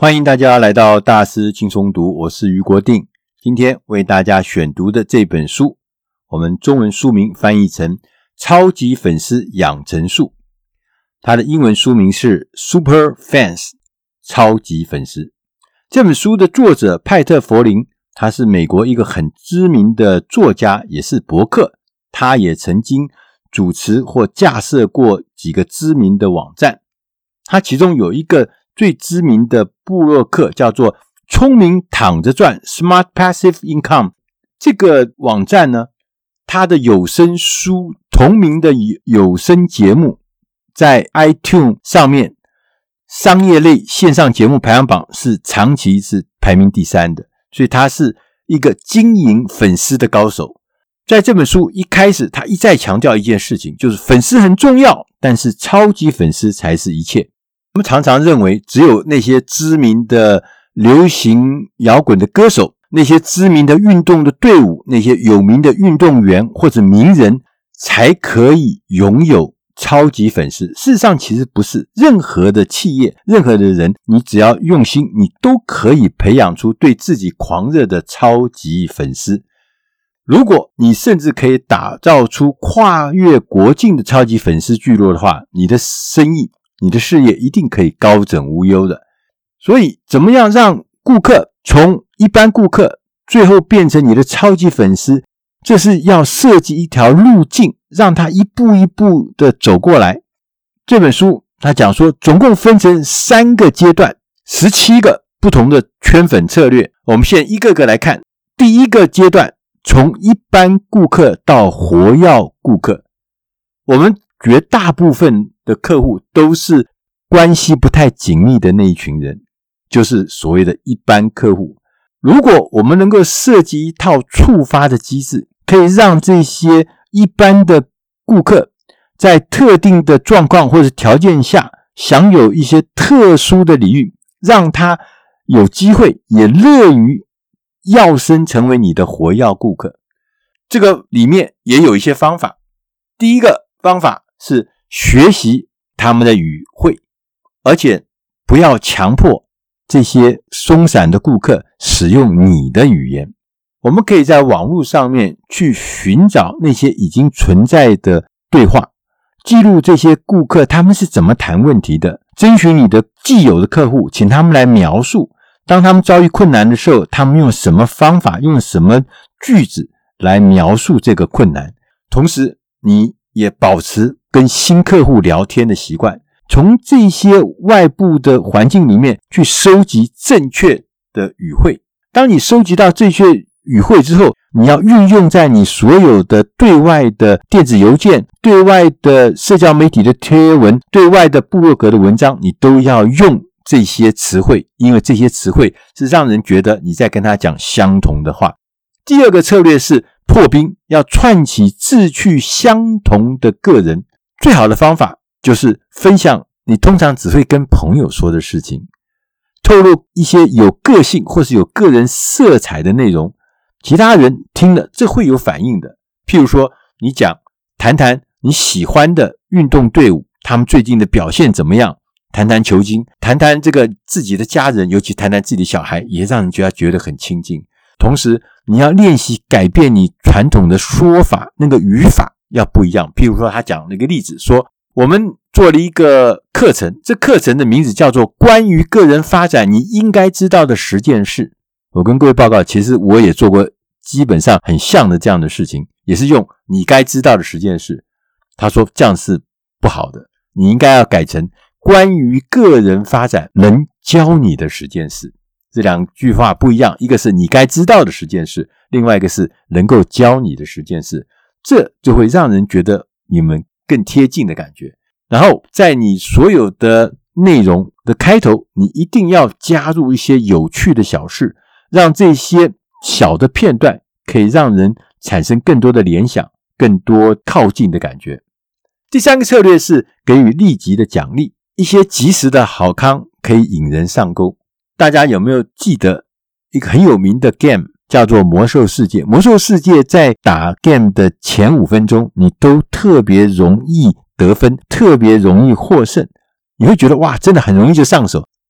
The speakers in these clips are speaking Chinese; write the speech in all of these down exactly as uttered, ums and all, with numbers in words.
欢迎大家来到大师轻松读，我是余国定。今天为大家选读的这本书，我们中文书名翻译成超级粉丝养成术，它的英文书名是 Super Fans 超级粉丝。这本书的作者派特·佛林，他是美国一个很知名的作家，也是博客，他也曾经主持或架设过几个知名的网站。他其中有一个最知名的部落客叫做聪明躺着赚 Smart Passive Income。 这个网站呢，它的有声书同名的有声节目在 iTunes 上面商业类线上节目排行榜是长期是排名第三的，所以他是一个经营粉丝的高手。在这本书一开始，他一再强调一件事情，就是粉丝很重要，但是超级粉丝才是一切。我们常常认为只有那些知名的流行摇滚的歌手，那些知名的运动的队伍，那些有名的运动员或者名人才可以拥有超级粉丝。事实上其实不是，任何的企业，任何的人，你只要用心，你都可以培养出对自己狂热的超级粉丝。如果你甚至可以打造出跨越国境的超级粉丝聚落的话，你的生意，你的事业一定可以高枕无忧的。所以怎么样让顾客从一般顾客最后变成你的超级粉丝，这是要设计一条路径，让他一步一步的走过来。这本书他讲说总共分成三个阶段，十七个不同的圈粉策略，我们现在一个个来看。第一个阶段，从一般顾客到活跃顾客。我们绝大部分的客户都是关系不太紧密的那一群人，就是所谓的一般客户。如果我们能够设计一套触发的机制，可以让这些一般的顾客在特定的状况或者条件下享有一些特殊的礼遇，让他有机会也乐于跃升成为你的活跃顾客。这个里面也有一些方法。第一个方法是学习他们的语汇，而且不要强迫这些松散的顾客使用你的语言。我们可以在网络上面去寻找那些已经存在的对话，记录这些顾客他们是怎么谈问题的，征询你的既有的客户，请他们来描述当他们遭遇困难的时候，他们用什么方法，用什么句子来描述这个困难。同时你也保持跟新客户聊天的习惯，从这些外部的环境里面去收集正确的语汇。当你收集到正确语汇之后，你要运用在你所有的对外的电子邮件，对外的社交媒体的贴文，对外的部落格的文章，你都要用这些词汇，因为这些词汇是让人觉得你在跟他讲相同的话。第二个策略是破冰，要串起志趣相同的个人。最好的方法就是分享你通常只会跟朋友说的事情，透露一些有个性或是有个人色彩的内容，其他人听了这会有反应的。譬如说你讲谈谈你喜欢的运动队伍，他们最近的表现怎么样，谈谈球经，谈谈这个自己的家人，尤其谈谈自己的小孩，也让人觉得觉得很亲近。同时你要练习改变你传统的说法，那个语法要不一样。譬如说他讲了一个例子，说我们做了一个课程，这课程的名字叫做关于个人发展你应该知道的十件事。我跟各位报告，其实我也做过基本上很像的这样的事情，也是用你该知道的十件事。他说这样是不好的，你应该要改成关于个人发展能教你的十件事。这两句话不一样，一个是你该知道的十件事，另外一个是能够教你的十件事，这就会让人觉得你们更贴近的感觉。然后在你所有的内容的开头，你一定要加入一些有趣的小事，让这些小的片段可以让人产生更多的联想，更多靠近的感觉。第三个策略是给予立即的奖励，一些即时的好康可以引人上钩。大家有没有记得一个很有名的 game 叫做魔兽世界？魔兽世界在打 game 的前五分钟，你都特别容易得分，特别容易获胜，你会觉得哇，真的很容易就上手。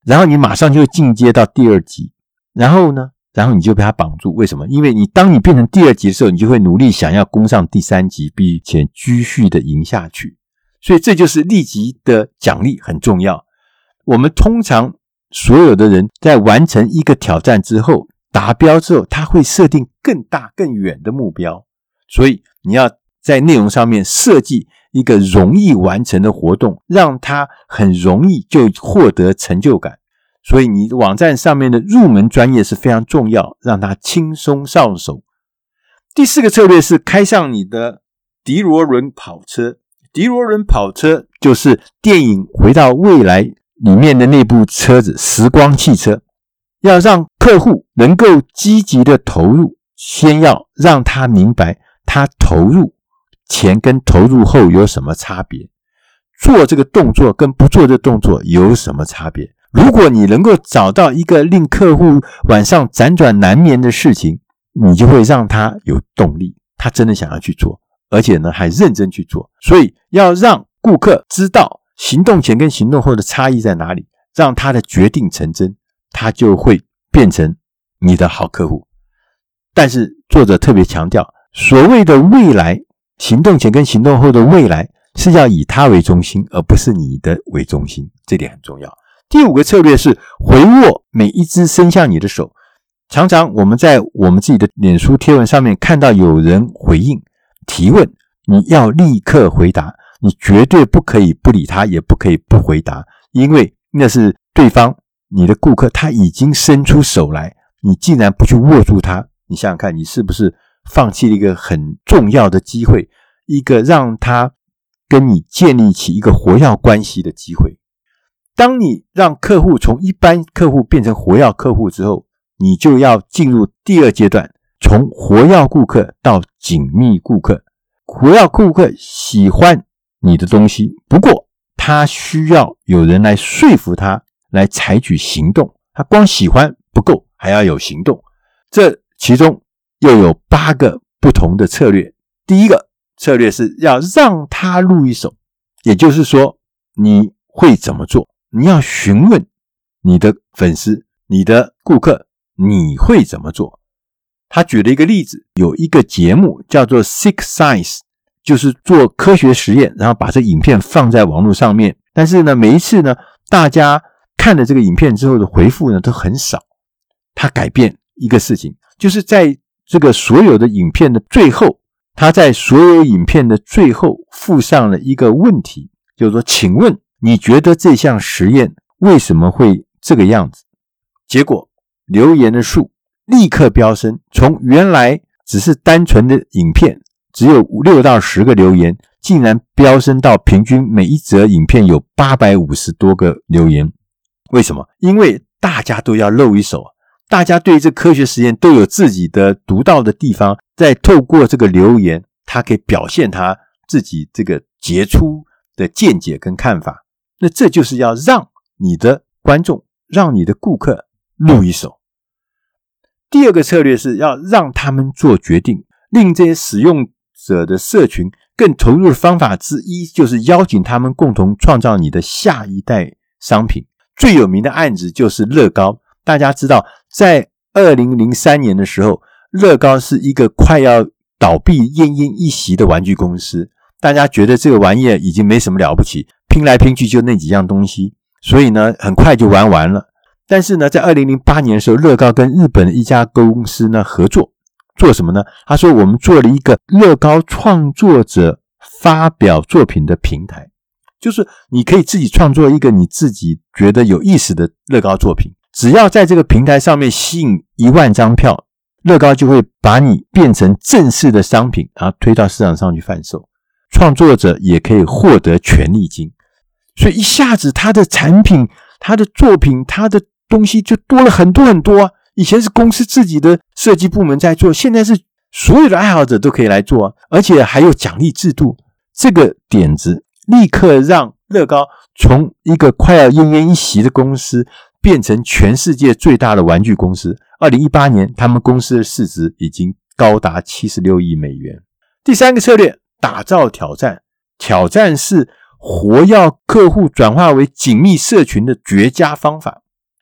然后你马上就会进阶到第二级，然后呢然后你就被他绑住。为什么？因为你当你变成第二级的时候，你就会努力想要攻上第三级，并且继续的赢下去。所以这就是立即的奖励很重要。我们通常所有的人在完成一个挑战之后，达标之后，他会设定更大更远的目标。所以你要在内容上面设计一个容易完成的活动，让他很容易就获得成就感。所以你网站上面的入门专业是非常重要，让他轻松上手。第四个策略是开上你的迪罗伦跑车。迪罗伦跑车就是电影《回到未来》里面的那部车子，时光汽车。要让客户能够积极的投入，先要让他明白他投入前跟投入后有什么差别，做这个动作跟不做这个动作有什么差别。如果你能够找到一个令客户晚上辗转难眠的事情，你就会让他有动力，他真的想要去做，而且呢还认真去做。所以要让顾客知道行动前跟行动后的差异在哪里，让他的决定成真，他就会变成你的好客户。但是作者特别强调，所谓的未来，行动前跟行动后的未来是要以他为中心，而不是你的为中心，这点很重要。第五个策略是回握每一只伸向你的手。常常我们在我们自己的脸书贴文上面看到有人回应提问，你要立刻回答，你绝对不可以不理他，也不可以不回答，因为那是对方你的顾客他已经伸出手来，你竟然不去握住他，你想想看，你是不是放弃了一个很重要的机会，一个让他跟你建立起一个活跃关系的机会。当你让客户从一般客户变成活跃客户之后，你就要进入第二阶段，从活跃顾客到紧密顾客。活跃顾客喜欢你的东西，不过他需要有人来说服他来采取行动，他光喜欢不够，还要有行动。这其中又有八个不同的策略。第一个策略是要让他露一手，也就是说你会怎么做，你要询问你的粉丝，你的顾客，你会怎么做。他举了一个例子，有一个节目叫做 Sick Science， 就是做科学实验，然后把这影片放在网络上面。但是呢，每一次呢，大家看了这个影片之后的回复呢都很少。他改变一个事情，就是在这个所有的影片的最后，他在所有影片的最后附上了一个问题，就是说，请问你觉得这项实验为什么会这个样子？结果留言的数立刻飙升，从原来只是单纯的影片只有六到十个留言，竟然飙升到平均每一则影片有八百五十多个留言。为什么？因为大家都要露一手，大家对这科学实验都有自己的独到的地方，在透过这个留言，他可以表现他自己这个杰出的见解跟看法。那这就是要让你的观众，让你的顾客露一手。第二个策略是要让他们做决定，令这些使用者的社群更投入的方法之一，就是邀请他们共同创造你的下一代商品。最有名的案子就是乐高。大家知道，在二零零三年的时候，乐高是一个快要倒闭奄奄一息的玩具公司。大家觉得这个玩意已经没什么了不起，拼来拼去就那几样东西，所以呢，很快就玩完了。但是呢，在二零零八年的时候，乐高跟日本的一家公司呢合作，做什么呢？他说我们做了一个乐高创作者发表作品的平台，就是你可以自己创作一个你自己觉得有意思的乐高作品，只要在这个平台上面吸引一万张票，乐高就会把你变成正式的商品，然后推到市场上去贩售。创作者也可以获得权利金，所以一下子他的产品、他的作品、他的东西就多了很多很多啊。以前是公司自己的设计部门在做，现在是所有的爱好者都可以来做啊，而且还有奖励制度。这个点子立刻让乐高从一个快要奄奄一息的公司变成全世界最大的玩具公司。二零一八年他们公司的市值已经高达七十六亿美元。第三个策略，打造挑战。挑战是活跃客户转化为紧密社群的绝佳方法。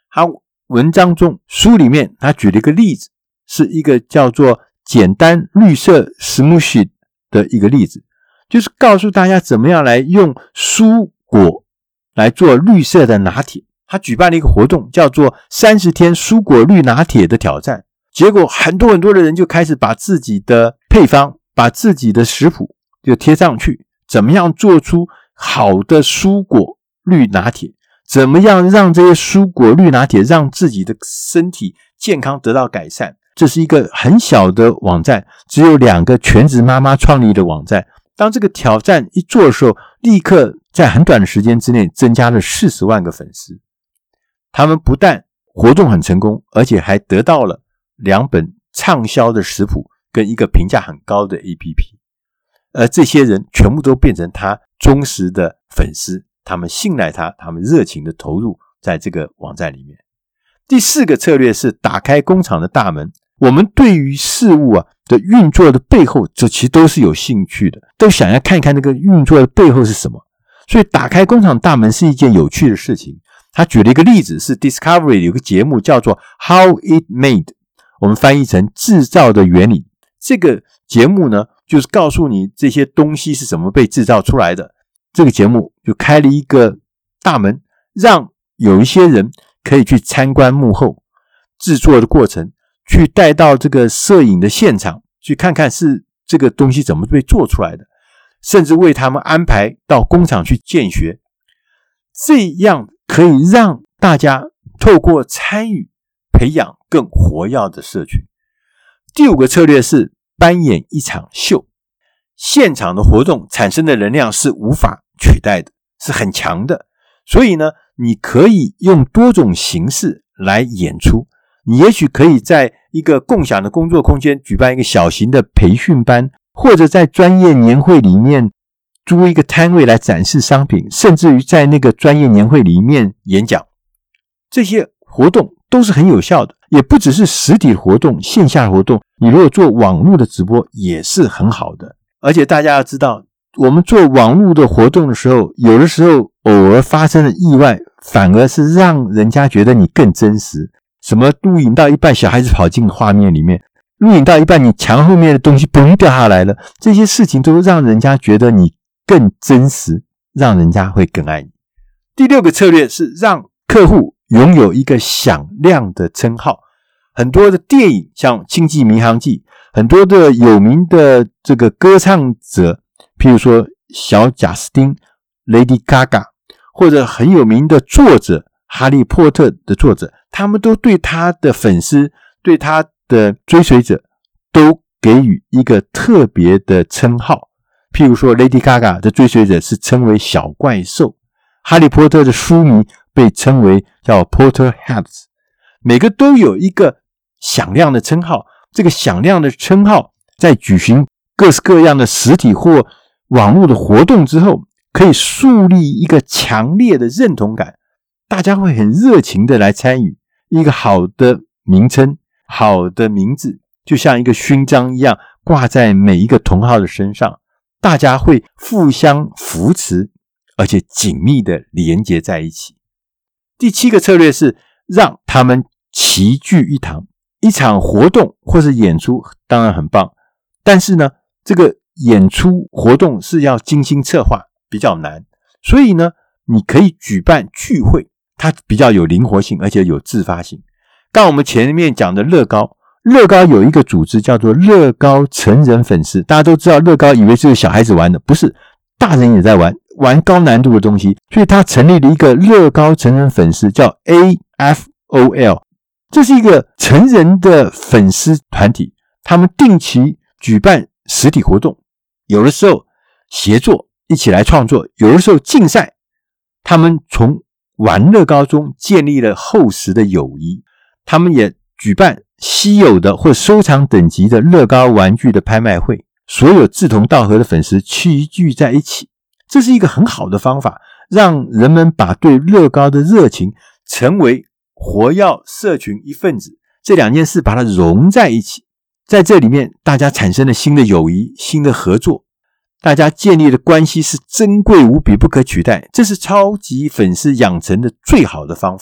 他文章中书里面他举了一个例子，是一个叫做简单绿色 smoothie 的一个例子，就是告诉大家怎么样来用蔬果来做绿色的拿铁。他举办了一个活动，叫做三十天蔬果绿拿铁的挑战。结果很多很多的人就开始把自己的配方，把自己的食谱就贴上去，怎么样做出好的蔬果绿拿铁，怎么样让这些蔬果绿拿铁让自己的身体健康得到改善。这是一个很小的网站，只有两个全职妈妈创立的网站。当这个挑战一做的时候，立刻在很短的时间之内增加了四十万个粉丝。他们不但活动很成功，而且还得到了两本畅销的食谱跟一个评价很高的 A P P。 而这些人全部都变成他忠实的粉丝，他们信赖他，他们热情的投入在这个网站里面。第四个策略是打开工厂的大门。我们对于事物啊的运作的背后，这其实都是有兴趣的，都想要看一看那个运作的背后是什么。所以打开工厂大门是一件有趣的事情。他举了一个例子，是 Discovery 有个节目叫做 How It Made， 我们翻译成制造的原理。这个节目呢，就是告诉你这些东西是怎么被制造出来的。这个节目就开了一个大门，让有一些人可以去参观幕后制作的过程，去带到这个摄影的现场，去看看是这个东西怎么被做出来的，甚至为他们安排到工厂去见学。这样可以让大家透过参与培养更活跃的社群。第五个策略是扮演一场秀。现场的活动产生的能量是无法取代的，是很强的。所以呢，你可以用多种形式来演出。你也许可以在一个共享的工作空间举办一个小型的培训班，或者在专业年会里面租一个摊位来展示商品，甚至于在那个专业年会里面演讲。这些活动都是很有效的，也不只是实体活动，线下活动，你如果做网络的直播也是很好的。而且大家要知道，我们做网络的活动的时候，有的时候偶尔发生的意外，反而是让人家觉得你更真实。什么录影到一半小孩子跑进画面里面，录影到一半你墙后面的东西嘣掉下来了，这些事情都让人家觉得你更真实，让人家会更爱你。第六个策略是让客户拥有一个响亮的称号。很多的电影像《星际迷航记》，很多的有名的这个歌唱者，譬如说小贾斯汀 Lady Gaga， 或者很有名的作者哈利波特的作者，他们都对他的粉丝，对他的追随者都给予一个特别的称号。譬如说 Lady Gaga 的追随者是称为小怪兽，哈利波特的书迷被称为叫 Potterheads， 每个都有一个响亮的称号。这个响亮的称号在举行各式各样的实体或网络的活动之后，可以树立一个强烈的认同感，大家会很热情的来参与。一个好的名称，好的名字，就像一个勋章一样挂在每一个同好的身上，大家会互相扶持，而且紧密的连结在一起。第七个策略是让他们齐聚一堂。一场活动或是演出当然很棒，但是呢，这个演出活动是要精心策划，比较难。所以呢，你可以举办聚会，它比较有灵活性，而且有自发性。刚我们前面讲的乐高，乐高有一个组织叫做乐高成人粉丝，大家都知道乐高以为是小孩子玩的，不是，大人也在玩，玩高难度的东西，所以他成立了一个乐高成人粉丝，叫 A F O L。这是一个成人的粉丝团体，他们定期举办实体活动，有的时候协作一起来创作，有的时候竞赛。他们从玩乐高中建立了厚实的友谊，他们也举办稀有的或收藏等级的乐高玩具的拍卖会，所有志同道合的粉丝齐聚在一起。这是一个很好的方法，让人们把对乐高的热情成为活跃社群一份子，这两件事把它融在一起。在这里面大家产生了新的友谊，新的合作，大家建立的关系是珍贵无比，不可取代。这是超级粉丝养成的最好的方法，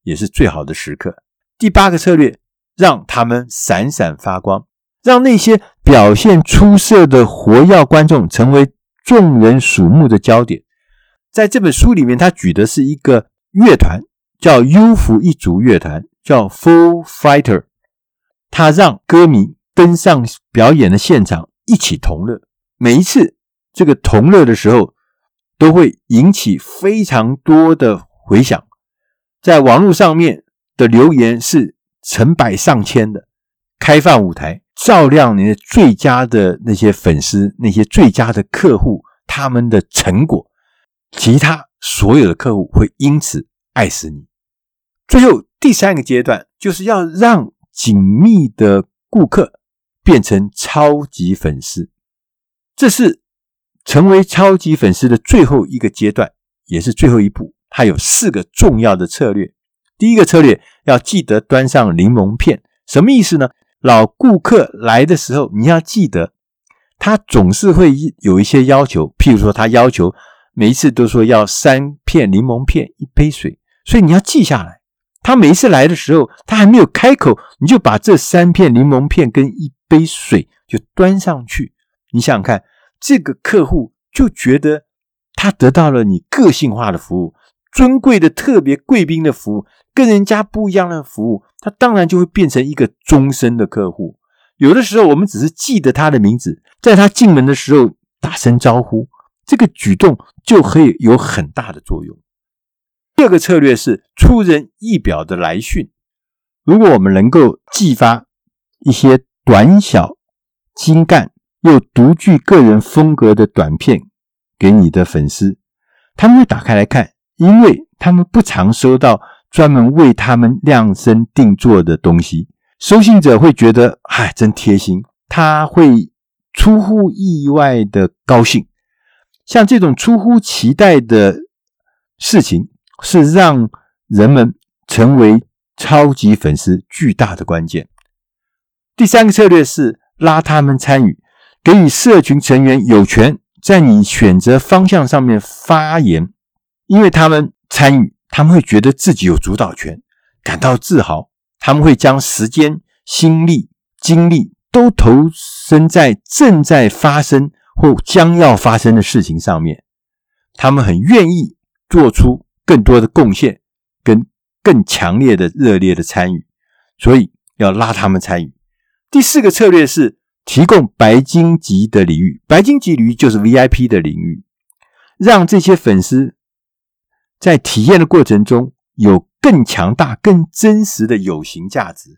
也是最好的时刻。第八个策略，让他们闪闪发光，让那些表现出色的活跃观众成为众人瞩目的焦点。在这本书里面，他举的是一个乐团，叫优抚一族乐团，叫 Foo Fighter。 他让歌迷登上表演的现场一起同乐，每一次这个同乐的时候都会引起非常多的回响，在网络上面的留言是成百上千的。开放舞台，照亮你的最佳的那些粉丝，那些最佳的客户，他们的成果，其他所有的客户会因此爱死你。最后第三个阶段，就是要让紧密的顾客变成超级粉丝。这是成为超级粉丝的最后一个阶段，也是最后一步。它有四个重要的策略。第一个策略，要记得端上柠檬片。什么意思呢？老顾客来的时候，你要记得他总是会有一些要求，譬如说他要求每一次都说要三片柠檬片一杯水，所以你要记下来。他每一次来的时候，他还没有开口，你就把这三片柠檬片跟一杯水就端上去。你想想看，这个客户就觉得他得到了你个性化的服务，尊贵的特别贵宾的服务，跟人家不一样的服务，他当然就会变成一个终身的客户。有的时候我们只是记得他的名字，在他进门的时候打声招呼，这个举动就可以有很大的作用。第二个策略是出人意表的来讯。如果我们能够寄发一些短小精干又独具个人风格的短片给你的粉丝，他们会打开来看，因为他们不常收到专门为他们量身定做的东西，收信者会觉得唉，真贴心，他会出乎意外的高兴。像这种出乎期待的事情，是让人们成为超级粉丝巨大的关键。第三个策略是拉他们参与，给予社群成员有权在你选择方向上面发言，因为他们参与，他们会觉得自己有主导权，感到自豪，他们会将时间、心力、精力都投身在正在发生或将要发生的事情上面，他们很愿意做出更多的贡献跟更强烈的热烈的参与，所以要拉他们参与。第四个策略是提供白金级的礼遇，白金级礼遇就是 V I P 的礼遇，让这些粉丝在体验的过程中有更强大更真实的有形价值。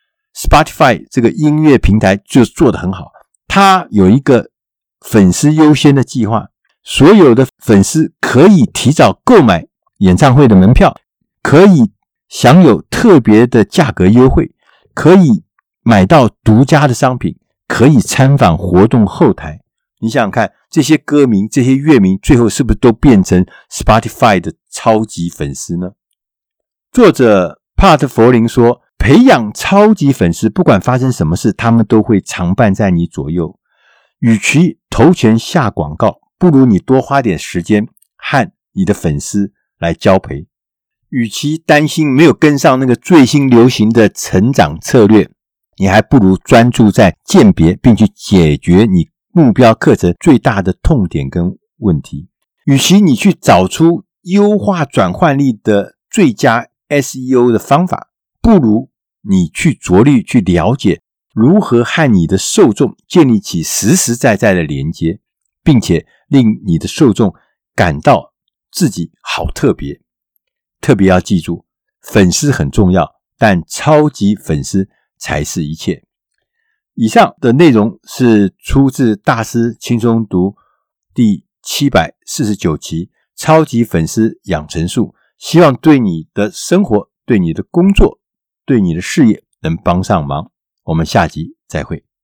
Spotify 这个音乐平台就做得很好，它有一个粉丝优先的计划，所有的粉丝可以提早购买演唱会的门票，可以享有特别的价格优惠，可以买到独家的商品，可以参访活动后台。你想想看，这些歌迷这些乐迷最后是不是都变成 Spotify 的超级粉丝呢？作者帕特佛林说，培养超级粉丝，不管发生什么事，他们都会常伴在你左右。与其投钱下广告，不如你多花点时间和你的粉丝来交陪。与其担心没有跟上那个最新流行的成长策略，你还不如专注在鉴别并去解决你目标课程最大的痛点跟问题。与其你去找出优化转换率的最佳 S E O 的方法，不如你去着力去了解如何和你的受众建立起实实在在的连接，并且令你的受众感到自己好特别。特别要记住，粉丝很重要，但超级粉丝才是一切。以上的内容是出自大师轻松读第七百四十九期超级粉丝养成术，希望对你的生活、对你的工作、对你的事业能帮上忙。我们下集再会。